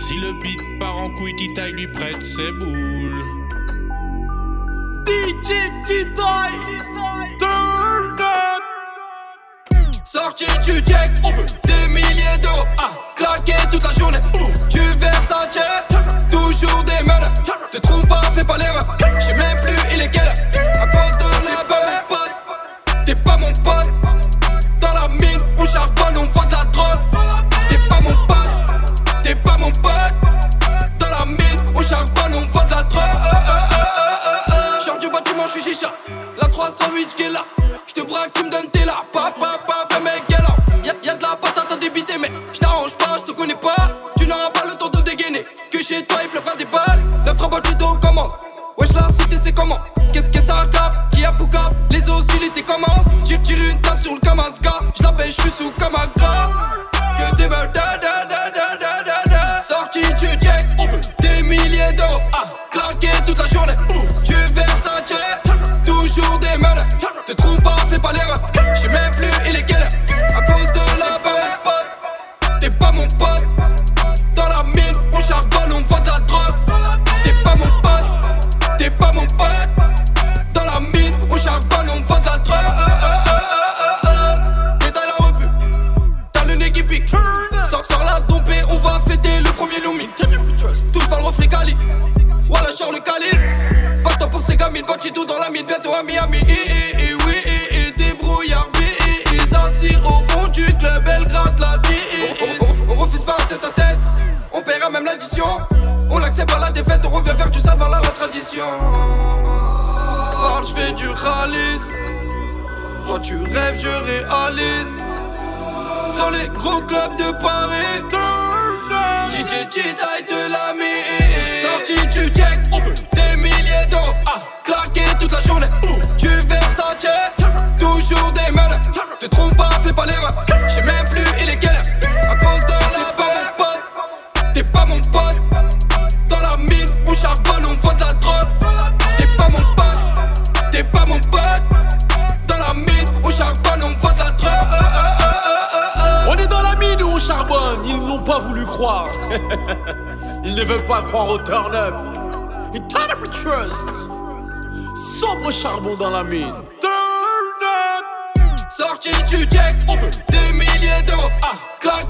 Si le beat part en couille, Titaï lui prête ses boules. DJ Titaï, turn up. Sorti du Dex, des milliers d'euros, claqué toute la journée. Du Versace, toujours des meurtres. Te trompe pas, fais pas l'erreur. J'sais même plus il est quelle heure. À cause de la bonne pote, t'es pas mon pote. Dans la mine, on charbonne, on vend de la drogue. T'es pas mon pote, t'es pas mon pote. Dans la mine, on charbonne, on vend de la drogue. Genre du bâtiment, j'suis chicha. La 308 qui est là. J'te braque, tu me donnes tes là. Papa, fais mes galants. Y'a de la patate à débiter, mais j't'arrange pas, j'te connais pas. Tu n'auras pas le temps de dégainer. Que chez toi, il pleuvra des balles. 9-3 balles, tu t'en commandes. Wesh, la cité, c'est comment? Qu'est-ce que ça cave? Qui a Poucave? Les hostilités commencent. Tire une table sur le Kamasga. J'la pêche, j'suis sous Kamagra. Que des meurtres, sorti du Dex, des milliers d'euros, claqué toute la journée. Du Versace, toujours des meurtres. Te trompe pas, fais pas l'erreur. J'sais même plus il est quelle heure. À cause de la bonne pote, t'es pas mon pote. Dans la mine, on charbonne, on vend de la drogue. T'es pas mon pote, t'es pas mon pote. Dans la mine, on charbonne, on vend de la drogue. Et t'as la repu, t'as le nez qui pique. Sors la dompée, on va fêter le premier Lumi. Touche pas le reflet Cali, voilà Charles Khalil. Pas de temps pour ces gamines, tout dans la mine, bientôt à Miami. Oui, débrouillard, assis au fond du club, elle gratte la on refuse pas un tête à tête, on paiera même l'addition. On accepte pas la défaite, on revient faire du sale, voilà la tradition. Parle, j'fais du ralice. Toi tu rêves, je réalise. Dans les gros clubs de Paris, DJ Titaï de la mine. Sorti du Dex, des milliers d'euros, claqué toute la journée. Du Versace, toujours des meurtres. Te trompe pas, fais pas l'erreur. J'sais même plus il est quelle heure. À cause de la bonne pote, t'es pas mon pote. Dans la mine, on charbonne, on vend de la drogue. T'es pas mon pote, t'es pas mon pote. Dans la mine, on charbonne, on vend de la drogue. On est dans la mine où on charbonne, ils n'ont pas voulu croire. Ils ne veulent pas croire au turn-up. Une turn-up trust. Sombre charbon dans la mine. Turn-up. Sorti du Dex, des milliers d'euros, claqué